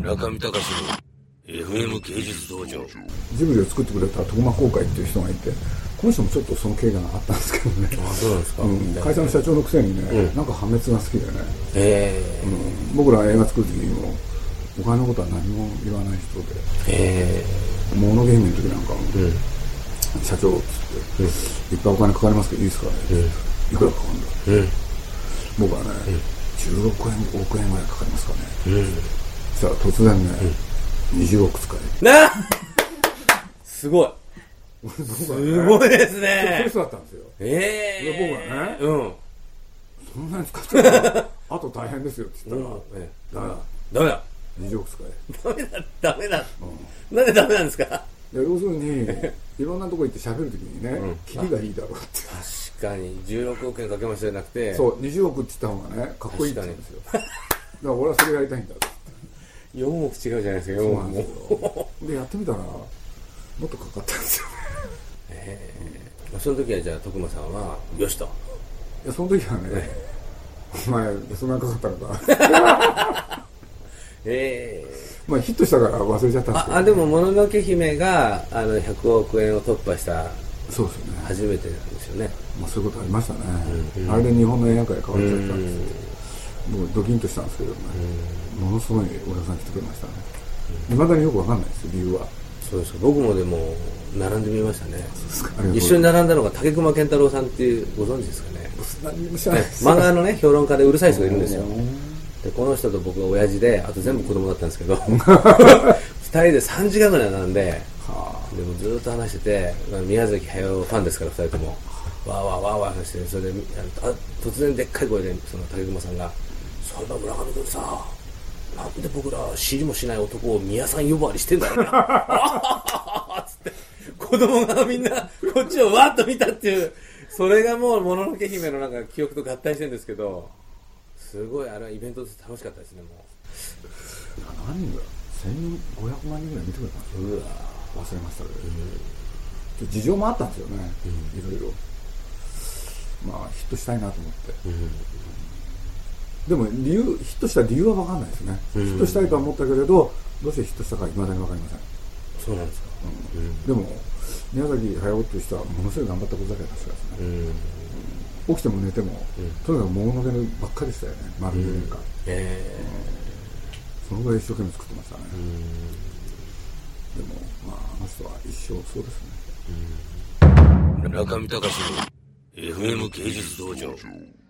中見隆の FM 芸術道場。 ジブリを作ってくれた徳間公海っていう人がいて、この人もちょっとその経緯があったんですけどね。 あ、そうなんですか。 会社の社長のくせにね、なんか破滅が好きでね、僕ら映画作る時にもお金のことは何も言わない人で、モノゲームの時なんかも、社長っつって、いっぱいお金かかりますけどいいですかね、いくらかかるんだ、僕はね、16億円ぐらいかかりますかね、そしたら突然ね、20億使えなすごいすごいですね。 そういう人だったんですよ。で僕はね、そんなに使っちゃったらあと大変ですよって言ったら、 ダメだ 20億使えダメだ、なんでダメなんですか。 要するにいろんなとこ行って喋るときにね、キリがいいだろうって。 確かに16億円かけましたじゃなくて、 そう20億って言った方がねかっこいいって言うんですよ。だから俺はそれやりたいんだって。 4億違うじゃないですか。4億もでやってみたらもっとかかったんですよね。 その時はじゃあ徳間さんはよしと。 いやその時はね、お前そんなかかったのかまあヒットしたから忘れちゃったんですけど、 でももののけ姫が100億円を突破したそうですよね、 初めてなんですよね。 まあそういうことありましたね、あれで日本の映画界変わっちゃったんですよ。もうドキンとしたんですけどね、ものすごいお客さん来てくれましたね。未だによくわかんないですよ理由は。 そうですか。僕もでも並んでみましたね。一緒に並んだのが竹熊健太郎さんっていうご存知ですかね。 何も知らないです。 漫画のね評論家でうるさい人がいるんですよ。でこの人と僕が親父で、あと全部子供だったんですけど2人で3時間ぐらい並んで、でもずっと話してて、宮崎駿ファンですから2人ともわーわーわーわー話して、それで突然でっかい声でその竹熊さんが「そんな村上君さ、なんで僕ら知りもしない男を宮さん呼ばわりしてんだろうな」つって子供がみんなこっちをわーっと見たっていう、それがもうもののけ姫のなんか記憶と合体してるんですけど、すごいあれはイベントとして楽しかったですね。もう何人ぐらい1500万人ぐらい見てくれたんですよ。忘れましたけど、事情もあったんですよね、いろいろ。まあヒットしたいなと思って、でもヒットした理由は分かんないですね、ヒットしたいとは思ったけれどどうしてヒットしたかいまだに分かりません。 そうなんですか。 でも宮崎駿という人はものすごい頑張ったことだけは確かですね。起きても寝ても、とにかく物のけばっかりでしたよね、丸2年間。そのぐらい一生懸命作ってましたね。でもまああの人は一生そうですね。 中見隆の FM 芸術道場。